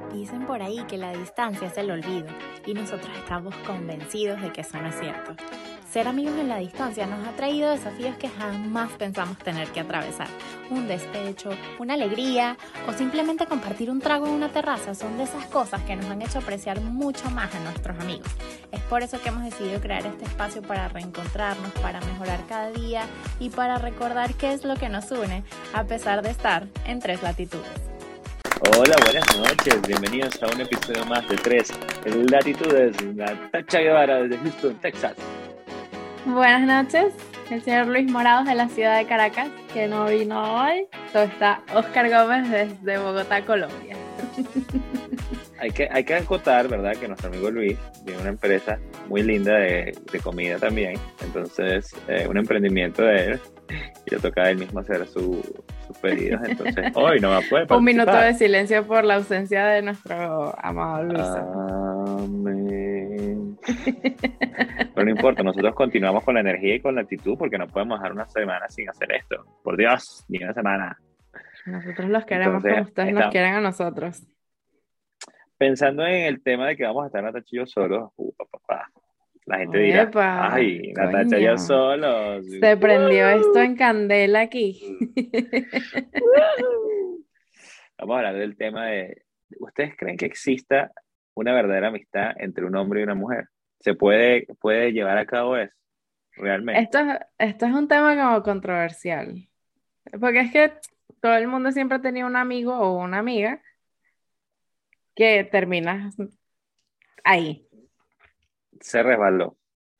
Dicen por ahí que la distancia es el olvido y nosotros estamos convencidos de que eso no es cierto. Ser amigos en la distancia nos ha traído desafíos que jamás pensamos tener que atravesar. Un despecho, una alegría o simplemente compartir un trago en una terraza son de esas cosas que nos han hecho apreciar mucho más a nuestros amigos. Es por eso que hemos decidido crear este espacio para reencontrarnos, para mejorar cada día y para recordar qué es lo que nos une a pesar de estar en 3 latitudes. Hola, buenas noches. Bienvenidos a un episodio más de 3 latitudes. Natacha Guevara desde Houston, Texas. Buenas noches, el señor Luis Morados de la ciudad de Caracas, que no vino hoy. Todo está Oscar Gómez desde Bogotá, Colombia. Hay que acotar, ¿verdad?, que nuestro amigo Luis tiene una empresa muy linda de comida también. Entonces, un emprendimiento de él. Y le toca a él mismo hacer sus pedidos. Entonces, hoy no va a poder participar. Un minuto de silencio por la ausencia de nuestro amado Luis. Amén. Pero no importa, nosotros continuamos con la energía y con la actitud porque no podemos dejar una semana sin hacer esto. Por Dios, ni una semana. Nosotros los queremos. Entonces, como ustedes nos quieren a nosotros. Pensando en el tema de que vamos a estar Natacha y yo solos, papá. La gente dirá, Epa, ay, coño. Natacha y yo solos. Se prendió esto en candela aquí. Vamos a hablar del tema de, ¿ustedes creen que exista una verdadera amistad entre un hombre y una mujer? ¿Se puede llevar a cabo eso realmente? Esto es un tema como controversial. Porque es que todo el mundo siempre ha tenido un amigo o una amiga que termina ahí Se resbaló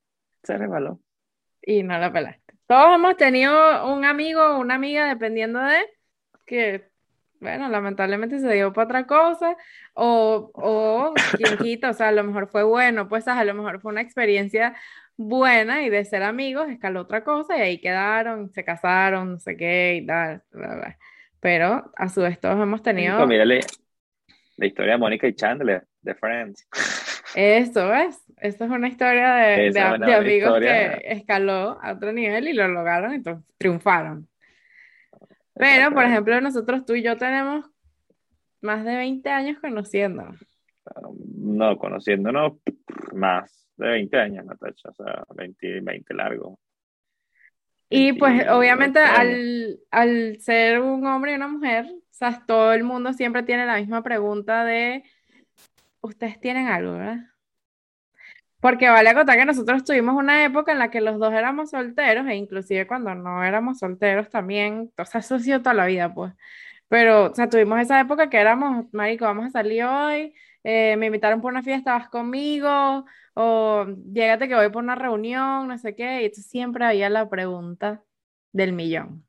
y no la pelaste. Todos hemos tenido un amigo o una amiga, dependiendo de que, bueno, lamentablemente se dio para otra cosa, o quien quita, o sea, a lo mejor fue bueno, pues a lo mejor fue una experiencia buena y de ser amigos escaló otra cosa y ahí quedaron, se casaron, no sé qué y tal, bla, bla. Pero a su vez todos hemos tenido Mírale la historia de Mónica y Chandler, de Friends. eso, ¿ves? Esta es una historia de Esa es una de buena amigos historia. que escaló a otro nivel y lo lograron, entonces triunfaron. Pero, por Exactamente. ejemplo, nosotros tú y yo tenemos más de 20 años conociendo. No, conociéndonos más de 20 años, Natacha, o sea, 20 largo, Y pues 28 obviamente años. al ser un hombre y una mujer, o sea, todo el mundo siempre tiene la misma pregunta de, ¿ustedes tienen algo, verdad? Porque vale acotar que nosotros tuvimos una época en la que los dos éramos solteros, e inclusive cuando no éramos solteros también, o sea, eso ha sido toda la vida, pues. Pero, o sea, tuvimos esa época que éramos, marico, vamos a salir hoy, me invitaron por una fiesta, vas conmigo, o llégate que voy por una reunión, no sé qué, y entonces siempre había la pregunta del millón.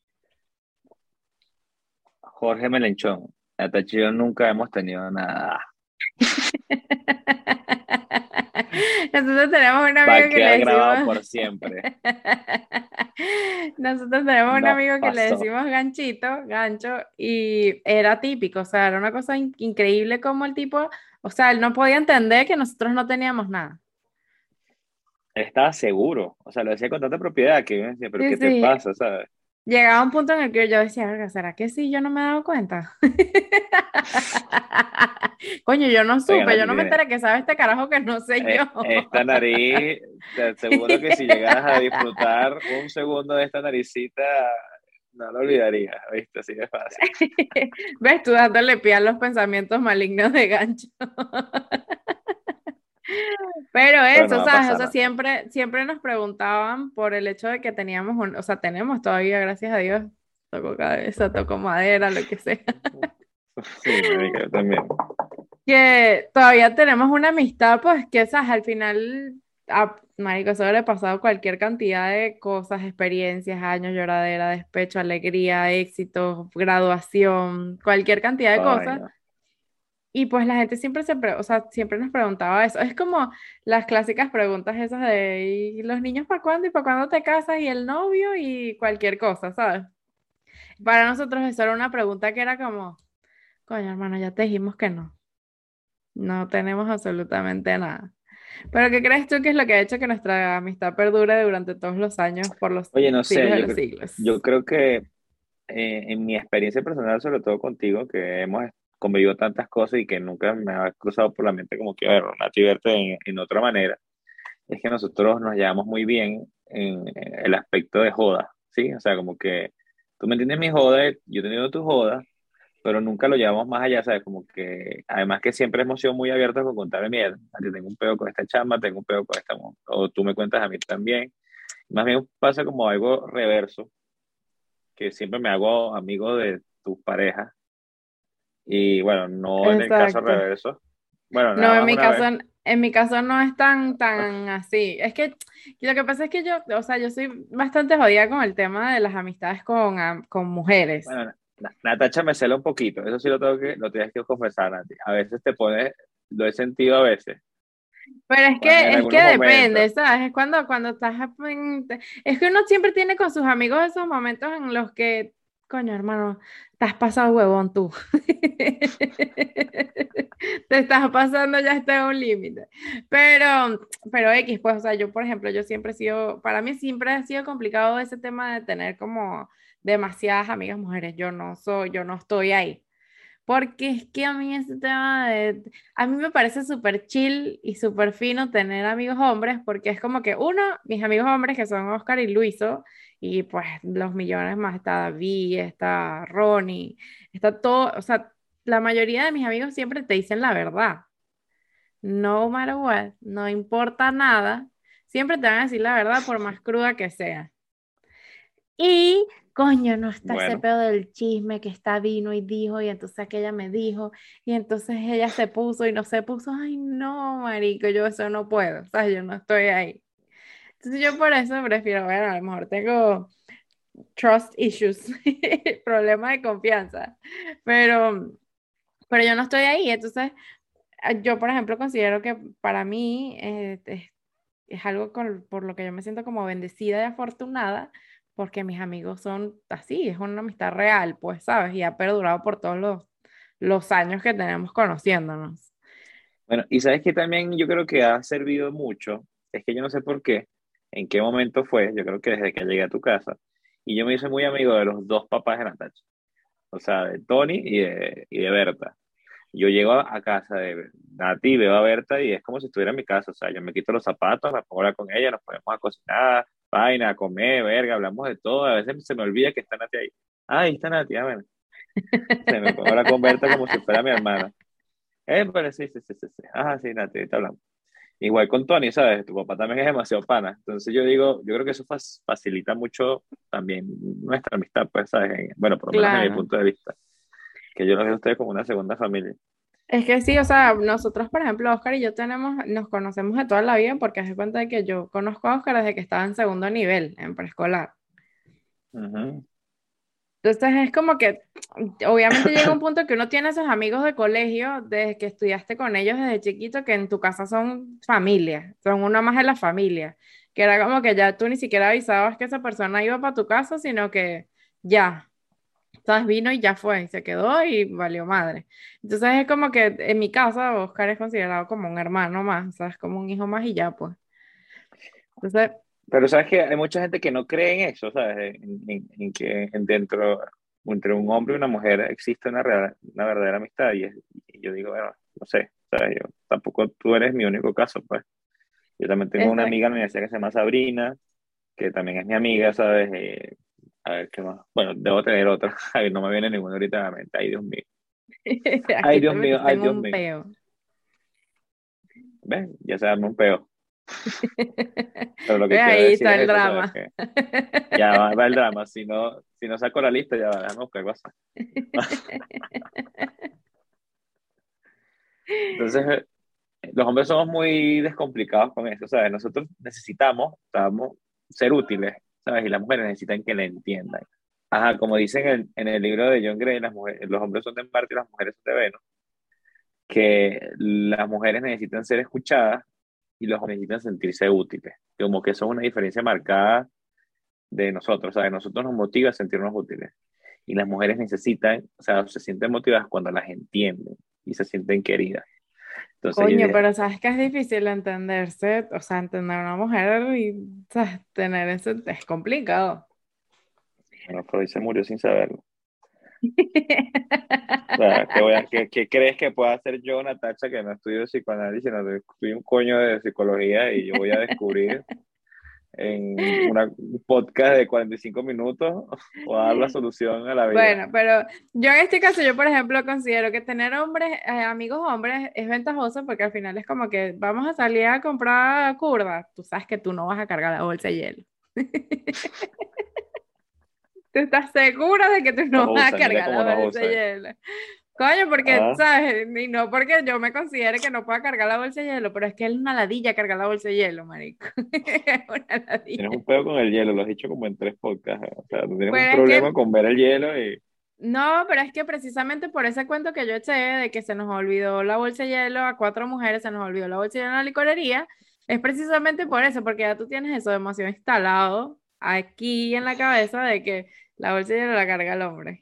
Jorge Melenchón, Natacha y yo nunca hemos tenido nada. Nosotros tenemos un Va a amigo que quedar le grabado decimos, por siempre. nosotros tenemos un Nos amigo que le pasó. decimos ganchito, gancho, y era típico, o sea, era una cosa increíble como el tipo, o sea, él no podía entender que nosotros no teníamos nada. Él estaba seguro, o sea, lo decía con tanta propiedad que yo me decía, pero Sí, ¿qué te sí, pasa, sabes? llegaba un punto en el que yo decía, "Verga, ¿será que sí? Yo no me he dado cuenta. Coño, yo no Oigan, supe, yo no me enteré que sabe este carajo que no sé yo. esta nariz, te aseguro que si llegaras a disfrutar un segundo de esta naricita, no lo olvidarías, ¿viste? Así de fácil. ¿Ves tú dándole pie a los pensamientos malignos de gancho? Pero Pero eso, no va a ¿sabes? O pasar sea, nada. siempre nos preguntaban por el hecho de que teníamos o sea, tenemos todavía, gracias a Dios, toco cabeza, toco madera, lo que sea, Sí, marica, yo también. que todavía tenemos una amistad, pues que, ¿sabes? Al final, marico, eso le ha pasado cualquier cantidad de cosas, experiencias, años, lloradera, despecho, alegría, éxitos, graduación, cualquier cantidad de Ay, cosas. no. Y pues la gente siempre o sea, siempre nos preguntaba eso. Es como las clásicas preguntas esas de ¿y los niños para cuándo? ¿Y para cuándo te casas? Y el novio y cualquier cosa, ¿sabes? Para nosotros eso era una pregunta que era como, coño, hermano, ya te dijimos que no. No tenemos absolutamente nada. Pero ¿qué crees tú que es lo que ha hecho que nuestra amistad perdure durante todos los años, por los Oye, no siglos sé, de los siglos? yo creo que en mi experiencia personal, sobre todo contigo, que hemos convivido tantas cosas y que nunca me ha cruzado por la mente como que, a ver, Nati, verte en otra manera, es que nosotros nos llevamos muy bien en el aspecto de joda, ¿sí? O sea, como que tú me entiendes mi joda, yo he tenido tu joda, pero nunca lo llevamos más allá, ¿sabes? Como que, además que siempre hemos sido muy abiertos con contarme mierda. Yo tengo un pedo con esta chamba, tengo un pedo con esta, o tú me cuentas a mí también. Más bien pasa como algo reverso, que siempre me hago amigo de tus parejas, y bueno, no en el caso Exacto. reverso, bueno, No, nada más una vez. en mi caso no es tan así. Es que lo que pasa es que yo, o sea, yo soy bastante jodida con el tema de las amistades con mujeres. Bueno, Natacha me cela un poquito, eso sí lo tienes que confesar, Nati. A veces te pones, lo he sentido a veces, Pero en es que algunos momentos. depende, ¿sabes? Es cuando estás, es que uno siempre tiene con sus amigos esos momentos en los que, coño, hermano, te has pasado huevón tú. Te estás pasando, ya está en un límite. Pero X, pues, o sea, yo, por ejemplo, yo siempre he sido, para mí siempre ha sido complicado ese tema de tener como demasiadas amigas mujeres. Yo no estoy ahí. Porque es que a mí ese tema a mí me parece súper chill y súper fino tener amigos hombres, porque es como que uno, mis amigos hombres que son Oscar y Luiso, y pues los millones más, está David, está Ronnie, está todo, o sea, la mayoría de mis amigos siempre te dicen la verdad, no matter what, no importa nada, siempre te van a decir la verdad por más cruda que sea. Y coño, no está ese Bueno, pedo del chisme que está vino y dijo, y entonces aquella me dijo, y entonces ella se puso y no se puso. Ay, no, marico, yo eso no puedo, o sea, yo no estoy ahí. Entonces yo por eso prefiero, bueno, a lo mejor tengo trust issues, problema de confianza, pero, pero yo no estoy ahí. Entonces, yo, por ejemplo, considero que para mí es algo por lo que yo me siento como bendecida y afortunada, porque mis amigos son así, es una amistad real, pues, ¿sabes? Y ha perdurado por todos los años que tenemos conociéndonos. bueno, y sabes que también yo creo que ha servido mucho, es que yo no sé por qué, en qué momento fue, yo creo que desde que llegué a tu casa, y yo me hice muy amigo de los dos papás de Natacha, o sea, de Tony y de Berta. Yo llego a casa de Nati, veo a Berta y es como si estuviera en mi casa, o sea, yo me quito los zapatos, me pongo a hablar con ella, nos ponemos a cocinar, vaina, a comer, verga, hablamos de todo, a veces se me olvida que está Nati ahí. Ah, ahí está Nati, bueno, se me pongo a hablar con Berta como si fuera mi hermana. Pero sí, sí, sí, sí, sí. Ah, sí, Nati, ahorita hablamos. Igual con Tony, ¿sabes? Tu papá también es demasiado pana. Entonces yo digo, yo creo que eso facilita mucho también nuestra amistad, pues, ¿sabes? Bueno, por lo menos en mi Claro. punto de vista, que yo los veo a ustedes como una segunda familia. Es que sí, o sea, nosotros, por ejemplo, Oscar y yo nos conocemos de toda la vida porque hace cuenta de que yo conozco a Oscar desde que estaba en segundo nivel, en preescolar. Ujú. Entonces es como que obviamente llega un punto que uno tiene esos amigos de colegio desde que estudiaste con ellos desde chiquito que en tu casa son familia, son uno más de la familia, que era como que ya tú ni siquiera avisabas que esa persona iba para tu casa, sino que ya, sabes, vino y ya fue, y se quedó y valió madre. Entonces es como que en mi casa Oscar es considerado como un hermano más, ¿sabes? Como un hijo más y ya pues. Entonces, Pero sabes que hay mucha gente que no cree en eso, ¿sabes? En que dentro entre un hombre y una mujer existe una verdadera amistad. Y yo digo, bueno, no sé, ¿sabes? Yo, tampoco tú eres mi único caso, pues. Yo también tengo una amiga en la universidad que se llama Sabrina, que también es mi amiga, ¿sabes? A ver, ¿qué más? Bueno, debo tener otra. Ay, no me viene ninguna ahorita a la mente. Ay, Dios mío. Ay, aquí te Dios mío, metiste ay, en Dios un mío. peo. ¿Ves? Ya se arma un peo. Pero lo que quiero Ahí decir está es el eso, ¿sabes? drama. Que ya va el drama. Si no saco la lista, ya va, déjame buscar WhatsApp. Entonces, los hombres somos muy descomplicados con eso, ¿sabes? Nosotros necesitamos ser útiles, ¿sabes? Y las mujeres necesitan que le entiendan. Ajá, como dicen en el libro de John Gray, los hombres son de Marte y las mujeres son de Venus, que las mujeres necesitan ser escuchadas y los hombres necesitan sentirse útiles. Como que eso es una diferencia marcada de nosotros, ¿sabes? Nosotros nos motiva a sentirnos útiles. Y las mujeres necesitan, o sea, se sienten motivadas cuando las entienden y se sienten queridas. Entonces yo Coño, dije, pero sabes que es difícil entenderse, o sea, entender a una mujer y, ¿sabes? Tener eso es complicado. bueno, Freud se murió sin saberlo. O sea, ¿qué crees que pueda hacer yo, Natacha, que no estudio psicoanálisis, no estoy un coño de psicología y yo voy a descubrir en un podcast de 45 minutos o dar la solución a la vida? Bueno, pero yo en este caso, yo por ejemplo considero que tener hombres, amigos hombres, es ventajoso porque al final es como que vamos a salir a comprar curva. Tú sabes que tú no vas a cargar la bolsa de hielo. ¿Tú estás segura de que tú Nos no vas a usan, mira cargar cómo la nos bolsa de usan. hielo? Coño, porque, Ah, ¿sabes? Y no porque yo me considere que no pueda cargar la bolsa de hielo, pero es que es una ladilla cargar la bolsa de hielo, marico. Es una tienes ladilla. un pedo con el hielo, lo has dicho como en 3 podcasts. O sea, tú tienes un Pero es problema que, con ver el hielo y no, pero es que precisamente por ese cuento que yo eché de que se nos olvidó la bolsa de hielo a 4 mujeres, se nos olvidó la bolsa de hielo en la licorería, es precisamente por eso, porque ya tú tienes eso demasiado instalado aquí en la cabeza de que la bolsa de hielo la carga el hombre.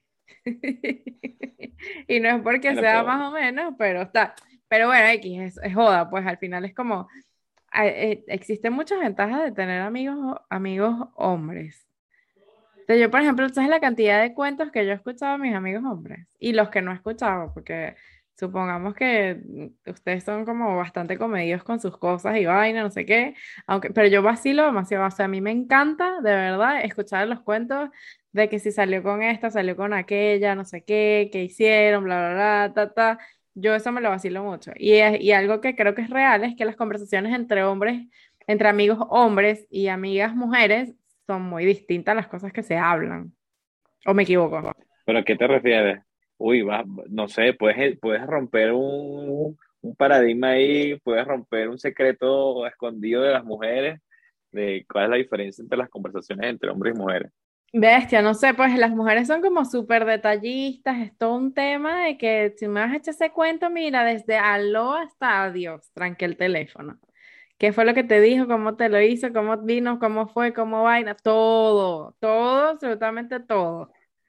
Y no es porque bueno, sea pero más o menos, pero está. Pero bueno, X es joda, pues al final es como, existen muchas ventajas de tener amigos hombres. Entonces, yo, por ejemplo, ¿sabes la cantidad de cuentos que yo he escuchado a mis amigos hombres? Y los que no he escuchado, porque supongamos que ustedes son como bastante comedidos con sus cosas y vaina, no sé qué, aunque, pero yo vacilo demasiado, o sea, a mí me encanta, de verdad, escuchar los cuentos de que si salió con esta, salió con aquella, no sé qué, qué hicieron, bla, bla, bla, ta, ta. Yo eso me lo vacilo mucho. Y algo que creo que es real es que las conversaciones entre hombres, entre amigos hombres y amigas mujeres, son muy distintas las cosas que se hablan. ¿O me equivoco? ¿pero a qué te refieres? Uy, no sé, puedes romper un paradigma ahí, puedes romper un secreto escondido de las mujeres, de cuál es la diferencia entre las conversaciones entre hombres y mujeres. Bestia, no sé, pues las mujeres son como súper detallistas, es todo un tema de que si me vas a echar ese cuento, mira, desde aló hasta adiós, tranque el teléfono. ¿Qué fue lo que te dijo? ¿Cómo te lo hizo? ¿Cómo vino? ¿Cómo fue? ¿Cómo vaina? Todo, todo, absolutamente todo.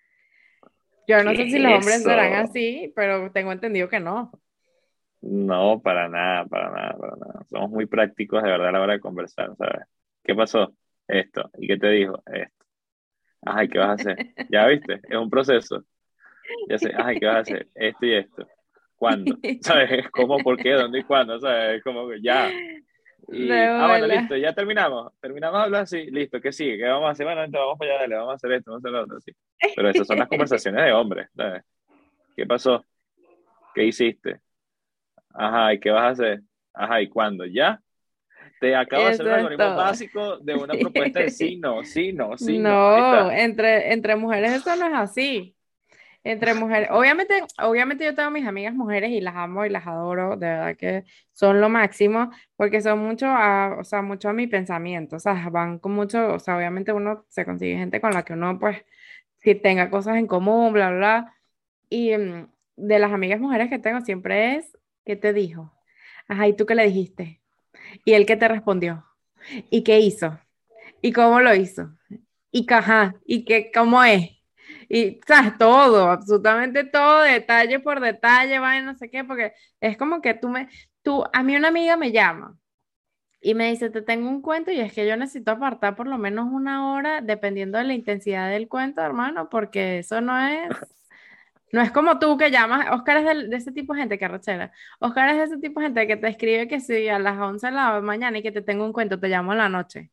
Yo no ¿Qué sé si los es hombres serán eso? así, pero tengo entendido que no. No, para nada, para nada, para nada. Somos muy prácticos de verdad a la hora de conversar, ¿sabes? ¿Qué pasó? Esto. ¿Y qué te dijo? Esto. Ajá, ¿y qué vas a hacer? Ya viste, es un proceso. Ya sé, ajá, ¿y qué vas a hacer? Esto y esto. ¿Cuándo? ¿Sabes? ¿Cómo, por qué, dónde y cuándo? ¿Sabes? Como que ya. De Bueno, listo, bola. ya terminamos. Terminamos de hablar así, listo, ¿qué sigue? ¿Qué vamos a hacer? Bueno, entonces vamos para allá, dale, vamos a hacer esto, vamos a hacer lo otro, sí. Pero esas son las conversaciones de hombres, ¿sabes? ¿Qué pasó? ¿Qué hiciste? Ajá, ¿y qué vas a hacer? Ajá, ¿y cuándo? ¿Ya? Te acabo de hacer Eso el es algoritmo todo. básico de una propuesta de sí, no, sí, no, sí, no. Ahí No, está. entre mujeres eso no es así. Entre mujeres, obviamente yo tengo mis amigas mujeres y las amo y las adoro, de verdad que son lo máximo, porque son mucho o sea, mucho a mi pensamiento, o sea, van con mucho, o sea, obviamente uno se consigue gente con la que uno, pues, si tenga cosas en común, bla, bla, bla. Y de las amigas mujeres que tengo siempre es, ¿qué te dijo? Ajá, ¿y tú qué le dijiste? ¿Y él qué te respondió? ¿Y qué hizo? ¿Y cómo lo hizo? ¿Y ajá? ¿Y qué, cómo es? Y, sabes, todo, absolutamente todo, detalle por detalle, va, no sé qué, porque es como que a mí una amiga me llama y me dice, te tengo un cuento y es que yo necesito apartar por lo menos una hora, dependiendo de la intensidad del cuento, hermano, porque eso no es como tú que llamas, Oscar es de ese tipo de gente que arrechera. Oscar es de ese tipo de gente que te escribe que sí a las 11 de la mañana y que te tengo un cuento, te llamo en la noche.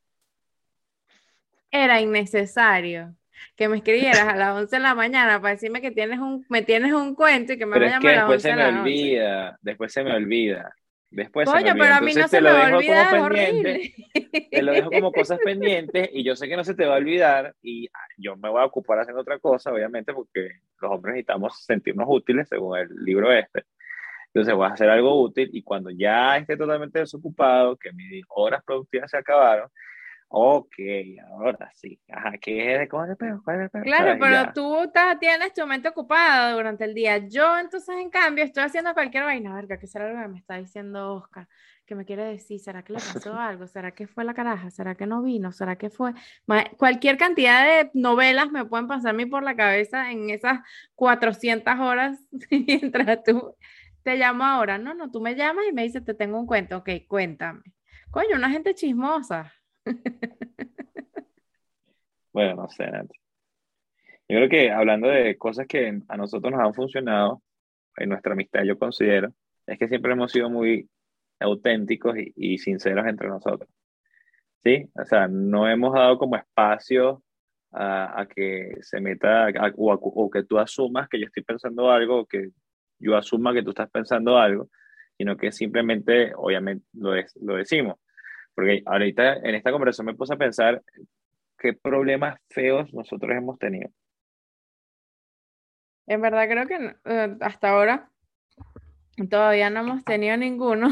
Era innecesario que me escribieras a las 11 de la mañana para decirme que me tienes un cuento y que me vas Pero a es que llamar a las 11 de la noche. después se me olvida, después se me Coño, olvida. pero a mí no Entonces se te me lo va a dejo como olvidar, es pendiente, horrible. te lo dejo como cosas pendientes y yo sé que no se te va a olvidar y yo me voy a ocupar haciendo otra cosa, obviamente, porque los hombres necesitamos sentirnos útiles, según el libro este. Entonces voy a hacer algo útil y cuando ya esté totalmente desocupado, que mis horas productivas se acabaron, ok, ahora sí. Ajá, ¿qué es? ¿Cómo es el pedo? ¿Cuál es el pedo? Claro, ¿Sabes? Y pero ya. tú tienes tu mente ocupada durante el día. Yo, entonces, en cambio, estoy haciendo cualquier vaina. Verga, ¿qué será lo que me está diciendo Oscar? ¿Qué me quiere decir? ¿Será que le pasó algo? ¿Será que fue la caraja? ¿Será que no vino? ¿Será que fue? Cualquier cantidad de novelas me pueden pasar a mí por la cabeza en esas 400 horas mientras tú te llamo ahora. No, no, tú me llamas y me dices, te tengo un cuento. Ok, cuéntame. Coño, una gente chismosa. Bueno, no sé, Nati. Yo creo que hablando de cosas que a nosotros nos han funcionado en nuestra amistad, yo considero, es que siempre hemos sido muy auténticos y sinceros entre nosotros, ¿sí? O sea, no hemos dado como espacio a que se meta, o que tú asumas que yo estoy pensando algo, o que yo asuma que tú estás pensando algo, sino que simplemente, obviamente, lo decimos. Porque ahorita en esta conversación me puse a pensar qué problemas feos nosotros hemos tenido. En verdad creo que hasta ahora todavía no hemos tenido ninguno.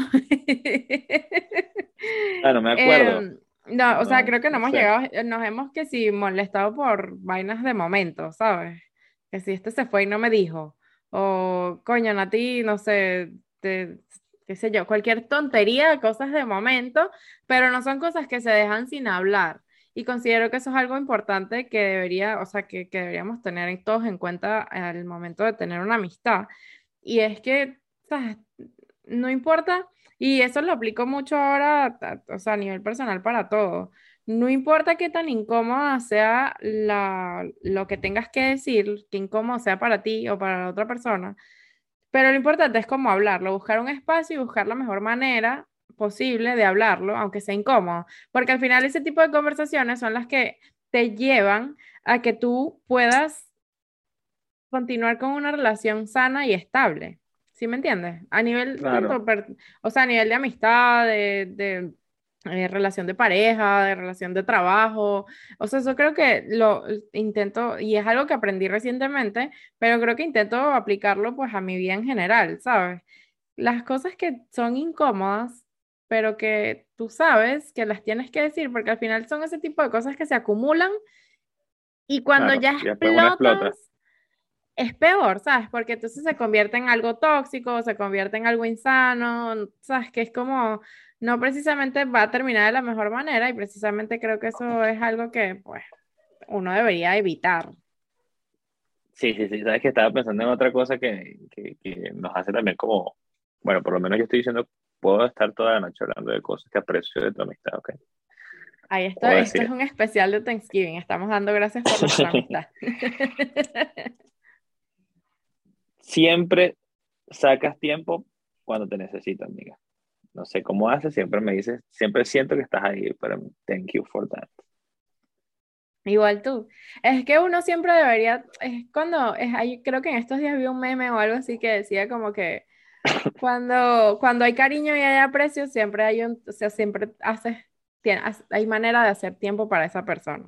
Ah, no me acuerdo. No, o sea, No, creo que no no hemos sé. llegado, nos hemos que si molestado por vainas de momento, ¿sabes? Que si este se fue y no me dijo, o coño, Nati, no sé, qué sé yo, cualquier tontería, cosas de momento, pero no son cosas que se dejan sin hablar. Y considero que eso es algo importante que debería, o sea, que deberíamos tener todos en cuenta al momento de tener una amistad. Y es que, ¿sabes? No importa, y eso lo aplico mucho ahora, o sea, a nivel personal para todo. No importa qué tan incómoda sea lo que tengas que decir, qué incómodo sea para ti o para la otra persona, pero lo importante es cómo hablarlo, buscar un espacio y buscar la mejor manera posible de hablarlo, aunque sea incómodo, porque al final ese tipo de conversaciones son las que te llevan a que tú puedas continuar con una relación sana y estable. ¿Sí me entiendes? A nivel Claro, tanto, o sea, a nivel de amistad, de relación de pareja, de relación de trabajo. O sea, eso creo que lo intento, y es algo que aprendí recientemente, pero creo que intento aplicarlo pues a mi vida en general, ¿sabes? Las cosas que son incómodas, pero que tú sabes que las tienes que decir, porque al final son ese tipo de cosas que se acumulan y cuando claro. ya Y después una explota. explotas es peor, ¿sabes? Porque entonces se convierte en algo tóxico, se convierte en algo insano, ¿sabes? Que es como, no precisamente va a terminar de la mejor manera y precisamente creo que eso es algo que, pues, uno debería evitar. Sí, sí, sí. Sabes que estaba pensando en otra cosa que nos hace también como, bueno, por lo menos yo estoy diciendo, puedo estar toda la noche hablando de cosas que aprecio de tu amistad, ¿ok? Ahí Puedo esto es decir, un especial de Thanksgiving, estamos dando gracias por nuestra amistad. siempre sacas tiempo cuando te necesito, amiga. No sé cómo haces, siempre me dices, siempre siento que estás ahí, pero thank you for that. Igual tú. Es que uno siempre debería, es cuando, creo que en estos días vi un meme o algo así que decía como que cuando hay cariño y hay aprecio, siempre hay o sea, siempre hay manera de hacer tiempo para esa persona.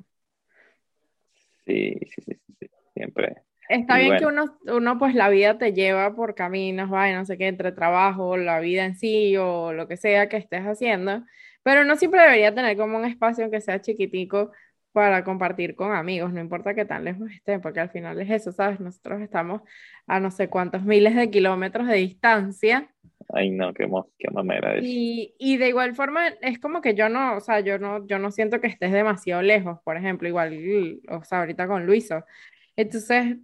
Sí, sí, sí, sí, sí, siempre. Está Y bien que bueno, uno, pues la vida te lleva por caminos, vaya, no sé qué, entre trabajo, la vida en sí o lo que sea que estés haciendo, pero uno siempre debería tener como un espacio, aunque sea chiquitico, para compartir con amigos, no importa qué tan lejos estén, porque al final es eso, ¿sabes? Nosotros estamos a no sé cuántos miles de kilómetros de distancia. ay no, qué mamera de eso. Y de igual forma, es como que yo no, o sea, yo no siento que estés demasiado lejos, por ejemplo, igual, o sea, ahorita con Luiso. Entonces,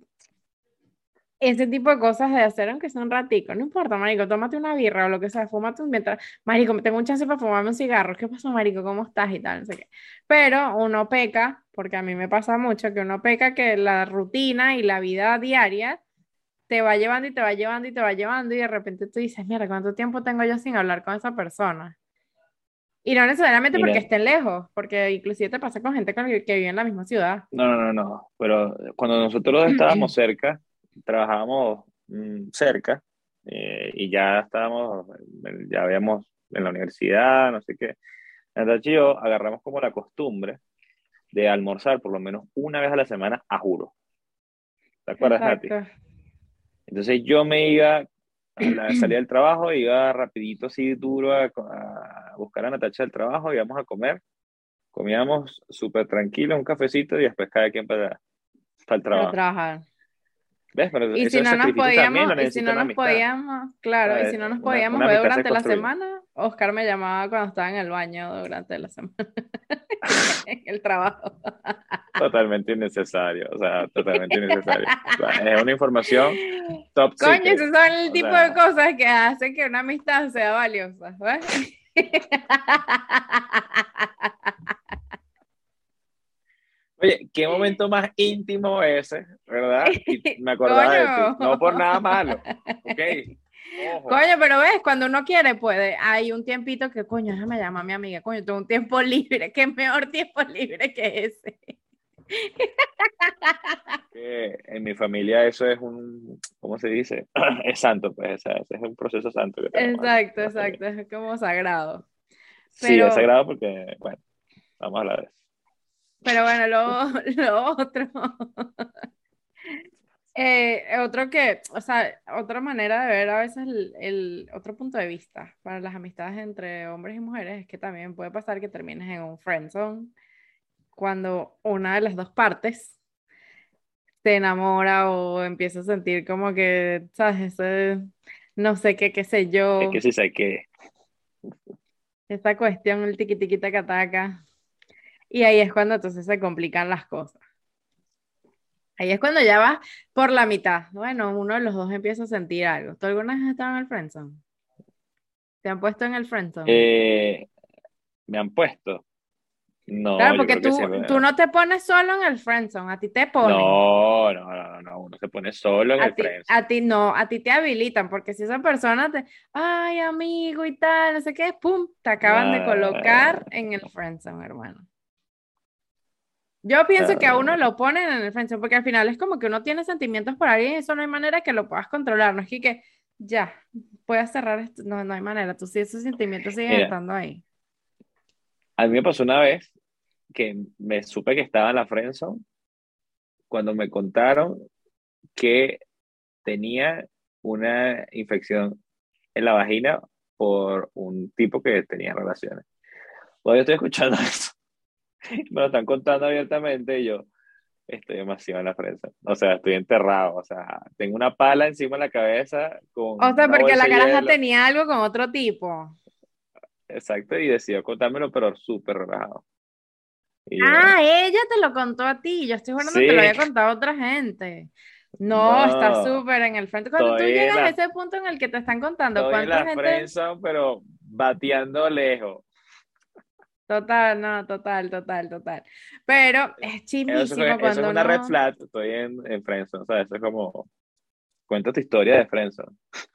ese tipo de cosas de hacer, aunque sea un ratico, no importa, marico, tómate una birra o lo que sea, fúmate mientras, marico, tengo un chance para fumarme un cigarro, ¿qué pasó, marico? ¿Cómo estás? Y tal, no sé qué. Pero uno peca, porque a mí me pasa mucho, que uno peca que la rutina y la vida diaria te va llevando y te va llevando y te va llevando y de repente tú dices, mira, ¿cuánto tiempo tengo yo sin hablar con esa persona? Y no necesariamente porque Mira, estén lejos, porque inclusive te pasa con gente que vive en la misma ciudad. no, no, no, no, pero cuando nosotros estábamos cerca, trabajábamos cerca, y ya estábamos, ya habíamos en la universidad, no sé qué. Entonces yo agarramos como la costumbre de almorzar por lo menos una vez a la semana, a juro. ¿Te acuerdas, Nati? Exacto. Entonces yo me iba a la salida del trabajo, iba rapidito así duro a buscar a Natacha del trabajo, íbamos a comer, comíamos súper tranquilo, un cafecito y después cada quien para el Para trabajo. trabajar. ¿Ves? Pero Y si esos no nos sacrificios también podíamos, lo y si necesita no una nos amistad. podíamos, claro, y si ¿Sabes? no nos Una podíamos ver amistad se durante la construye. semana, Oscar me llamaba cuando estaba en el baño durante la semana, en el trabajo. Totalmente innecesario, o sea, totalmente innecesario. O sea, es una información top Coño, secret. esos son el O tipo de sea, cosas que hacen que una amistad sea valiosa, ¿ves? Oye, qué momento más íntimo ese, ¿verdad? Y me acordaba Coño. de ti. No por nada malo, ¿ok? Ojo. Coño, pero ves, cuando uno quiere, puede. Hay un tiempito que, coño, déjame llamar a mi amiga, coño, tengo un tiempo libre, qué mejor tiempo libre que ese. Que en mi familia eso es un, ¿cómo se dice? Es santo, pues, o sea, ese es un proceso santo que tenemos acá Exacto, en la familia. exacto, es como sagrado. Sí, es Pero, sagrado porque, bueno, vamos a hablar de eso. pero bueno, lo otro. Otro que, o sea, otra manera de ver a veces el otro punto de vista para las amistades entre hombres y mujeres es que también puede pasar que termines en un friendzone cuando una de las dos partes se enamora o empieza a sentir como que, ¿sabes? Ese, no sé qué, qué sé Es que yo, sí sé que, esta cuestión, el tiqui tiqui taca taca. Y ahí es cuando entonces se complican las cosas. Ahí es cuando ya vas por la mitad. Bueno, uno de los dos empieza a sentir algo. ¿Tú alguna vez has estado en el friendzone? ¿Te han puesto en el friendzone? eh, me han puesto. No, Claro, yo porque creo que sí. tú no te pones solo en el friendzone, a ti te ponen. No, no, no, no, uno se pone solo en el friendzone. A ti no, a ti te habilitan, porque si esa persona te, ay, amigo y tal, no sé qué, pum, te acaban de colocar No, en el friendzone, hermano. Yo pienso que a no, uno no. lo ponen en el friendzone, porque al final es como que uno tiene sentimientos por alguien y eso no hay manera que lo puedas controlar, no es que ya, puedas cerrar esto, no, no hay manera, tú sí, esos sentimientos siguen Mira, estando ahí. a mí me pasó una vez que me supe que estaba en la friendzone cuando me contaron que tenía una infección en la vagina por un tipo que tenía relaciones. Todavía estoy escuchando eso. Me lo están contando abiertamente y yo estoy demasiado en la fresa. O sea, estoy enterrado. O sea, tengo una pala encima de la cabeza con O sea, una porque bolsa la de caraja hielo. tenía algo con otro tipo. Exacto, y decidió contármelo, pero súper relajado. Y yo, Ah, ella te lo contó a ti. Yo estoy jurando que te lo sí, había contado a otra gente. No, está no, súper en el frente. Cuando tú estoy en llegas a la, ese punto en el que te están contando estoy en cuánta la gente. friendzone, pero bateando lejos. Total, no, total, total, total. Pero es chimbísimo Eso es cuando una red uno. flag, estoy en friendzone, o sea, eso es como, cuenta tu historia de friendzone.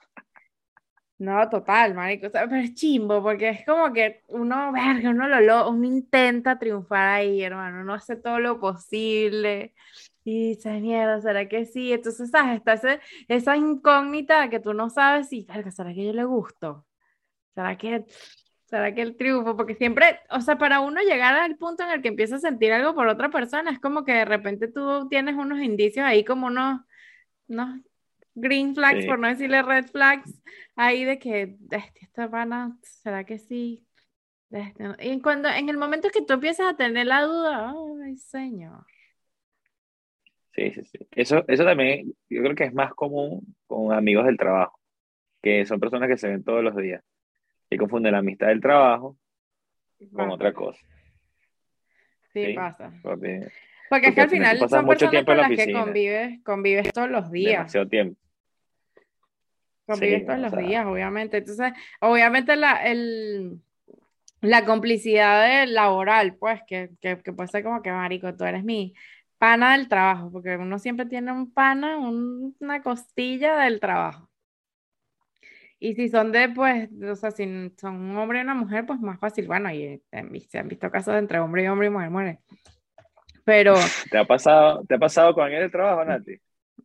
No, total, marico. O sea, pero es chimbo porque es como que uno, verga, uno intenta triunfar ahí, hermano. Uno hace todo lo posible. Y dices, mierda, ¿será que sí? Entonces, ¿sabes? Está esa incógnita que tú no sabes si, verga, ¿será que yo le gusto? ¿Será será que el triunfo? Porque siempre, o sea, para uno llegar al punto en el que empieza a sentir algo por otra persona, es como que de repente tú tienes unos indicios ahí como unos green flags, por Sí, no decirle red flags, ahí de que, esta pana, ¿será que sí? No". Y en el momento que tú empiezas a tener la duda, ay, señor. sí, sí, sí. Eso también yo creo que es más común con amigos del trabajo, que son personas que se ven todos los días y confunden la amistad del trabajo con Pasa, otra cosa, sí ¿sí? pasa. Porque, Porque es que porque al al final tú final pasas son mucho personas tiempo en con la las que oficina, convives todos los días. demasiado tiempo. Sí, Convives todos o los días, sea, obviamente. Entonces, obviamente la complicidad laboral, pues, que puede ser como que, marico, tú eres mi pana del trabajo, porque uno siempre tiene un pana, una costilla del trabajo. Y si son pues, o sea, si son un hombre y una mujer, pues más fácil. Bueno, y se han visto casos entre hombre y mujer, muere. Pero te ha pasado con alguien del trabajo, Nati?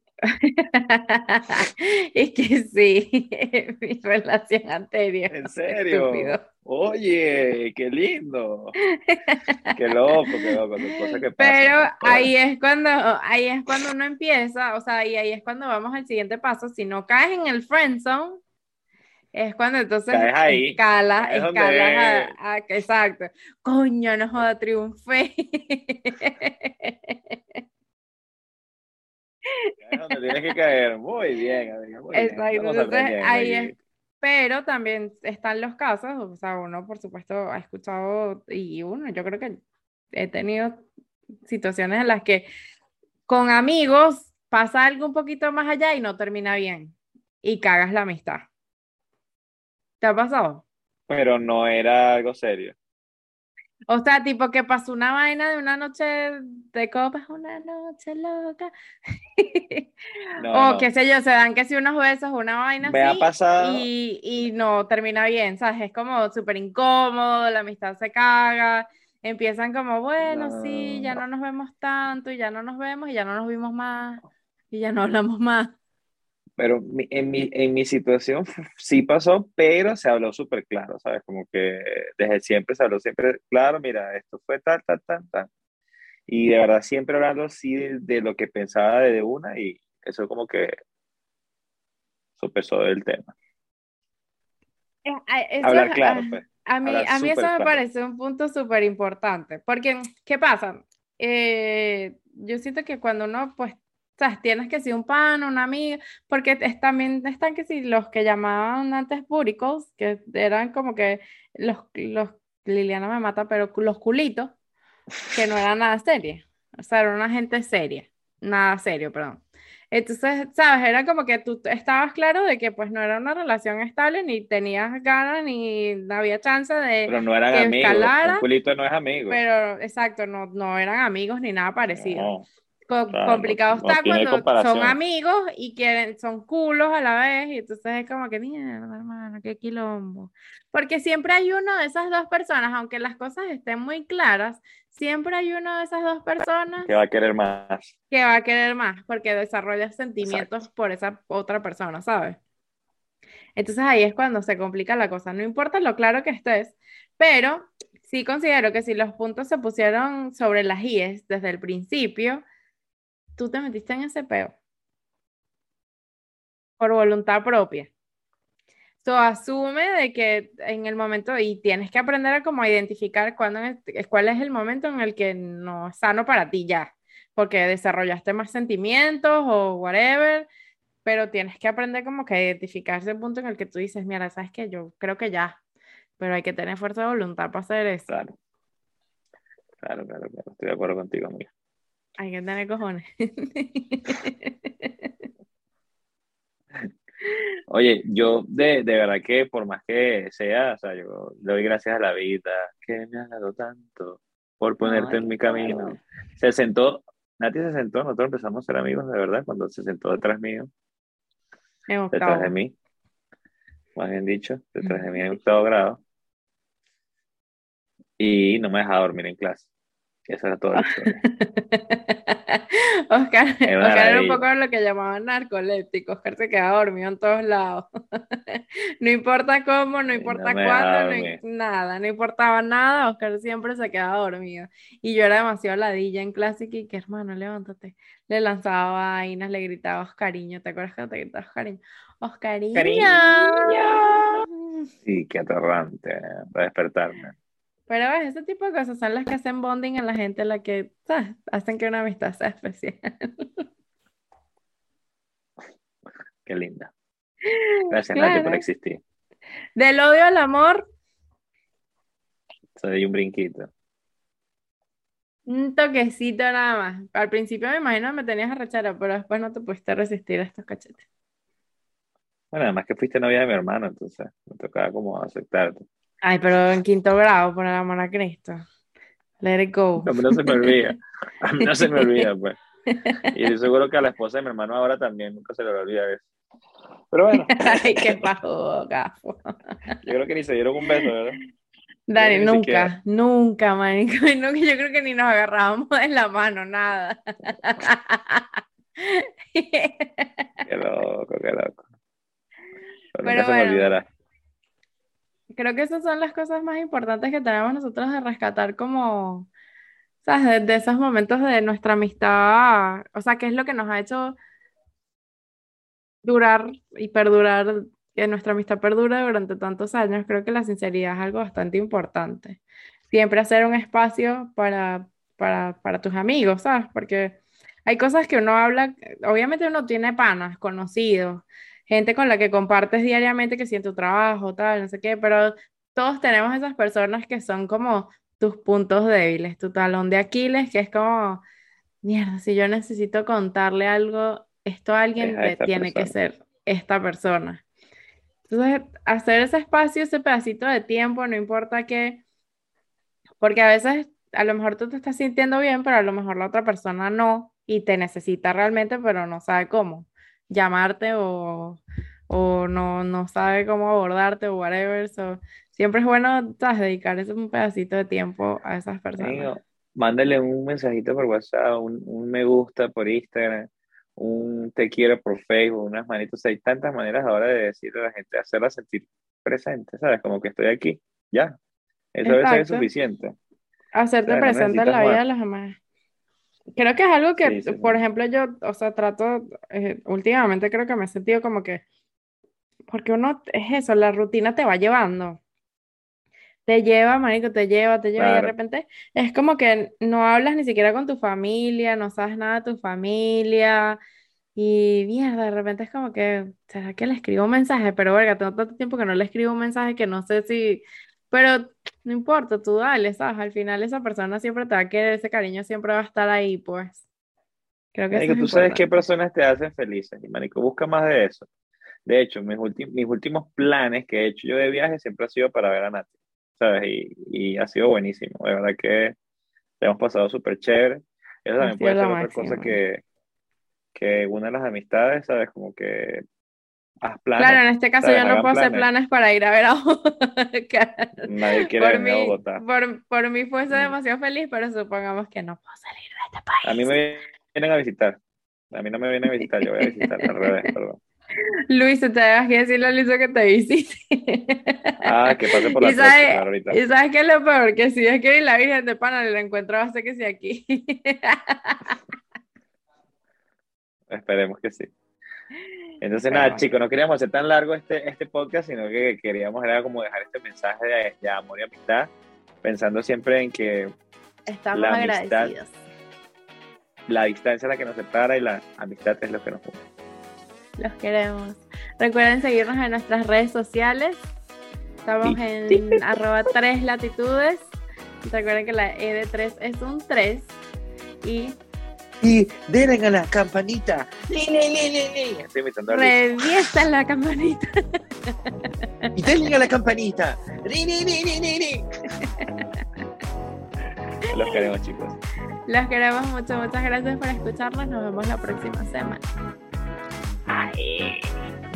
es que sí, mi relación anterior, ¿En estúpido. serio? Oye, qué lindo. Qué loco, son cosas que pasan, Pero pues. Pero bueno, ahí es cuando uno empieza, o sea, y ahí es cuando vamos al siguiente paso. Si no caes en el friend zone, es cuando entonces caes ahí, caes escalas donde, exacto. Coño, no joda, triunfé. caes donde tienes que caer. Muy bien, amiga, muy bien. Exacto, Estamos entonces aprendiendo ahí es, aquí. pero también están los casos, o sea, uno por supuesto ha escuchado y uno, yo creo que he tenido situaciones en las que con amigos pasa algo un poquito más allá y no termina bien y cagas la amistad. ¿Te ha pasado? Pero no era algo serio. O sea, tipo que pasó una vaina de una noche de copas, una noche loca. No, O qué no. sé yo, se dan que si unos besos, una vaina Me ha así, pasado. y no termina bien, ¿sabes? Es como súper incómodo, la amistad se caga, empiezan como, No, bueno, no, sí, no, ya no. no nos vemos tanto, y ya no nos vemos, y ya no nos vimos más, y ya no hablamos más. Pero en mi situación sí pasó, pero se habló súper claro, ¿sabes? Como que desde siempre se habló siempre claro, mira, esto fue tal, tal, tal, tal. Y de verdad siempre hablando así de lo que pensaba de una y eso como que sopesó del tema. Eso, Hablar claro, pues. Hablar a mí eso súper me claro. parece un punto súper importante, porque, ¿qué pasa? Yo siento que cuando uno, pues, sabes, tienes que ser un pan, una amiga, porque también están que si los que llamaban antes buricos, que eran como que los, Liliana me mata, pero los culitos, que no era nada seria. O sea, era una gente seria. Nada serio, perdón. Entonces, ¿sabes? Era como que tú estabas claro de que pues no era una relación estable, ni tenías ganas, ni había chance de Pero no eran que amigos. Un escalara, culito no es amigo. pero exacto, no eran amigos ni nada parecido. No, o sea, no, Complicado no está tiene cuando son comparación. amigos y quieren, son culos a la vez, y entonces es como que, mierda, hermano, qué quilombo. Porque siempre hay uno de esas dos personas, aunque las cosas estén muy claras, siempre hay uno de esas dos Que va personas a querer más. que va a querer más, porque desarrolla Exacto. sentimientos por esa otra persona, ¿sabes? Entonces ahí es cuando se complica la cosa. No importa lo claro que estés, pero sí considero que si los puntos se pusieron sobre las IES desde el principio, tú te metiste en ese peo por voluntad propia. So, asume de que en el momento, y tienes que aprender a como identificar cuál es el momento en el que no es sano para ti ya, porque desarrollaste más sentimientos o whatever, pero tienes que aprender como que a identificar ese punto en el que tú dices, mira, sabes que yo creo que ya, pero hay que tener fuerza de voluntad para hacer eso. Claro, claro, claro, claro. Estoy de acuerdo contigo, amiga. Hay que tener cojones. Oye, yo de verdad que por más que sea, o sea, yo le doy gracias a la vida que me ha dado tanto por ponerte Ay, en qué mi coño. camino. Se sentó, Nati se sentó, nosotros empezamos a ser amigos de verdad cuando se sentó detrás mío, En detrás de octavo. mí, más bien dicho, detrás de mí en octavo grado, y no me dejaba dormir en clase. Esa era toda la historia. Oscar, Era una Oscar era un poco ladilla. lo que llamaban narcoléptico. Oscar se quedaba dormido en todos lados. No importa cómo, no Y no importa me cuándo, dejaba dormir. nada, no importaba nada. Oscar siempre se quedaba dormido. Y yo era demasiado ladilla en clase que hermano, levántate. Le lanzaba vainas, le gritaba Oscariño. ¿Te acuerdas que te gritaba Oscariño? Oscariño. ¡Cariño! Sí, qué atorrante, para despertarme. Pero ves, ese tipo de cosas son las que hacen bonding en la gente, la que, ¿sabes? Hacen que una amistad sea especial. Qué linda. Gracias, Nati, por Claro. existir. Del odio al amor, Soy un brinquito. un toquecito nada más. Al principio me imagino me tenías arrechera, pero después no te pudiste resistir a estos cachetes. Bueno, además que fuiste novia de mi hermano, entonces me tocaba como aceptarte. Ay, pero en quinto grado, por el amor a Cristo. Let it go. A mí no se me olvida. A mí no se me olvida, pues. Y estoy seguro que a la esposa de mi hermano ahora también nunca se le va a olvidar eso. Pero bueno, Ay, qué bajo, gafo. yo creo que ni se dieron un beso, ¿verdad? Yo creo Dani, que ni siquiera. nunca, nunca, marico. Nunca, yo creo que ni nos agarrábamos de la mano, nada. Qué loco, qué loco. Pero nunca Pero se me bueno, olvidará. creo que esas son las cosas más importantes que tenemos nosotros de rescatar como, ¿sabes? De esos momentos de nuestra amistad, o sea, qué es lo que nos ha hecho durar y perdurar, que nuestra amistad perdure durante tantos años. Creo que la sinceridad es algo bastante importante. Siempre hacer un espacio para tus amigos, ¿sabes? Porque hay cosas que uno habla, obviamente uno tiene panas, conocidos, gente con la que compartes diariamente, que si en tu trabajo, tal, no sé qué, pero todos tenemos esas personas que son como tus puntos débiles, tu talón de Aquiles, que es como, mierda, si yo necesito contarle algo, esto a Es alguien a le esta tiene que persona. ser esta persona. Entonces, hacer ese espacio, ese pedacito de tiempo, no importa qué, Porque a veces, a lo mejor tú te estás sintiendo bien, pero a lo mejor la otra persona no, y te necesita realmente, pero no sabe cómo llamarte o no sabe cómo abordarte o whatever. So, siempre es bueno, ¿sabes? Dedicar ese un pedacito de tiempo a esas personas. Amigo, mándale un mensajito por WhatsApp, un me gusta por Instagram, un te quiero por Facebook, unas manitos. Hay tantas maneras ahora de decirle a la gente, hacerla sentir presente, ¿sabes? Como que estoy aquí, ya. Eso a veces es Exacto. suficiente, Hacerte ¿sabes? No presente en necesitas la vida más. de los demás. Creo que es algo que, Sí, sí, por sí. ejemplo, yo, o sea, trato, últimamente creo que me he sentido como que, porque uno, es eso, la rutina te va llevando. Te lleva, marico, te lleva y de Claro. repente es como que no hablas ni siquiera con tu familia, no sabes nada de tu familia y mierda, de repente es como que, ¿será que le escribo un mensaje? Pero verga, tengo tanto tiempo que no le escribo un mensaje que no sé si, pero no importa, tú dale, ¿sabes? Al final esa persona siempre te va a querer, ese cariño siempre va a estar ahí, pues. Creo que eso Marico, es tú sabes qué importante. personas te hacen felices, y marico, busca más de eso. De hecho, mis últimos planes que he hecho yo de viaje siempre ha sido para ver a Nati, ¿sabes? Y ha sido buenísimo, de verdad que le hemos pasado súper chévere. Eso Ha también sido puede lo ser otra cosa máximo. que une a las amistades, ¿sabes? Como que haz Claro, planes, en este caso ¿sabes? yo no Hagan puedo hacer planes. planes para ir a ver a Oscar. Nadie quiere venir a Bogotá. Por mí fuese Mm. demasiado feliz, pero supongamos que no puedo salir de este A mí país. me vienen a visitar. A mí no me vienen a visitar, yo voy a visitar, al revés, perdón. Luis, te tengas que decirle a Luisa que te visite. Ah, que pase por la 13 claro, ahorita. Y sabes qué es lo peor, que si es que la Virgen de Pana la encuentro, va a ser que sí aquí. Esperemos que sí. Entonces, Pero nada, bueno, chicos, no queríamos hacer tan largo este podcast, sino que queríamos era como dejar este mensaje de amor y amistad, pensando siempre en que estamos la amistad, agradecidos. la distancia es la que nos separa y la amistad es lo que nos une. Los queremos. Recuerden seguirnos en nuestras redes sociales. Estamos Sí. en @3latitudes. Recuerden que la E de 3 es un 3. Y Y denle a la campanita. Estoy imitando a Luis. revientan la campanita. Y denle a la campanita. Los queremos, chicos. Los queremos mucho. Muchas gracias por escucharnos. Nos vemos la próxima semana. Ay.